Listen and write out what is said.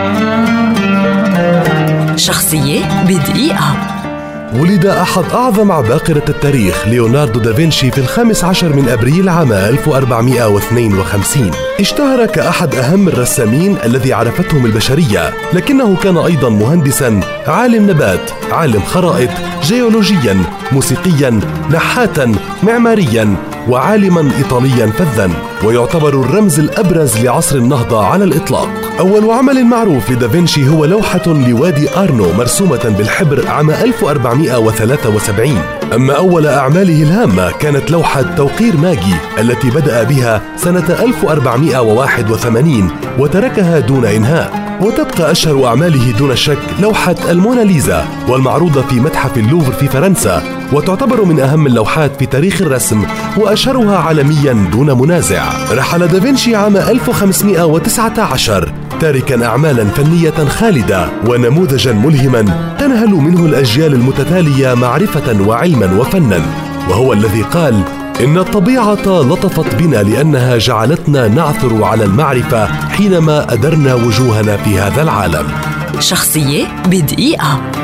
شخصية بدقيقة. ولد أحد أعظم عباقرة التاريخ ليوناردو دافنشي في 15 من أبريل عام 1452. اشتهر كأحد أهم الرسامين الذي عرفتهم البشرية، لكنه كان أيضا مهندسا، عالم نبات، عالم خرائط، جيولوجيا، موسيقيا، نحاتا، معماريا، وعالما إيطاليا فذا، ويعتبر الرمز الأبرز لعصر النهضة على الإطلاق. أول عمل معروف لدافنشي هو لوحة لوادي آرنو مرسومة بالحبر عام 1473. أما أول أعماله الهامة كانت لوحة توقير ماجي التي بدأ بها سنة 1481 وتركها دون إنهاء. وتبقى أشهر أعماله دون شك لوحة الموناليزا، والمعروضة في متحف اللوفر في فرنسا، وتعتبر من أهم اللوحات في تاريخ الرسم وأشهرها عالميا دون منازع. رحل دافنشي عام 1519 تاركا أعمالا فنية خالدة ونموذجا ملهما تنهل منه الأجيال المتتالية معرفة وعلما وفنا، وهو الذي قال: إن الطبيعة لطفت بنا لأنها جعلتنا نعثر على المعرفة حينما أدرنا وجوهنا في هذا العالم. شخصية بدقيقة.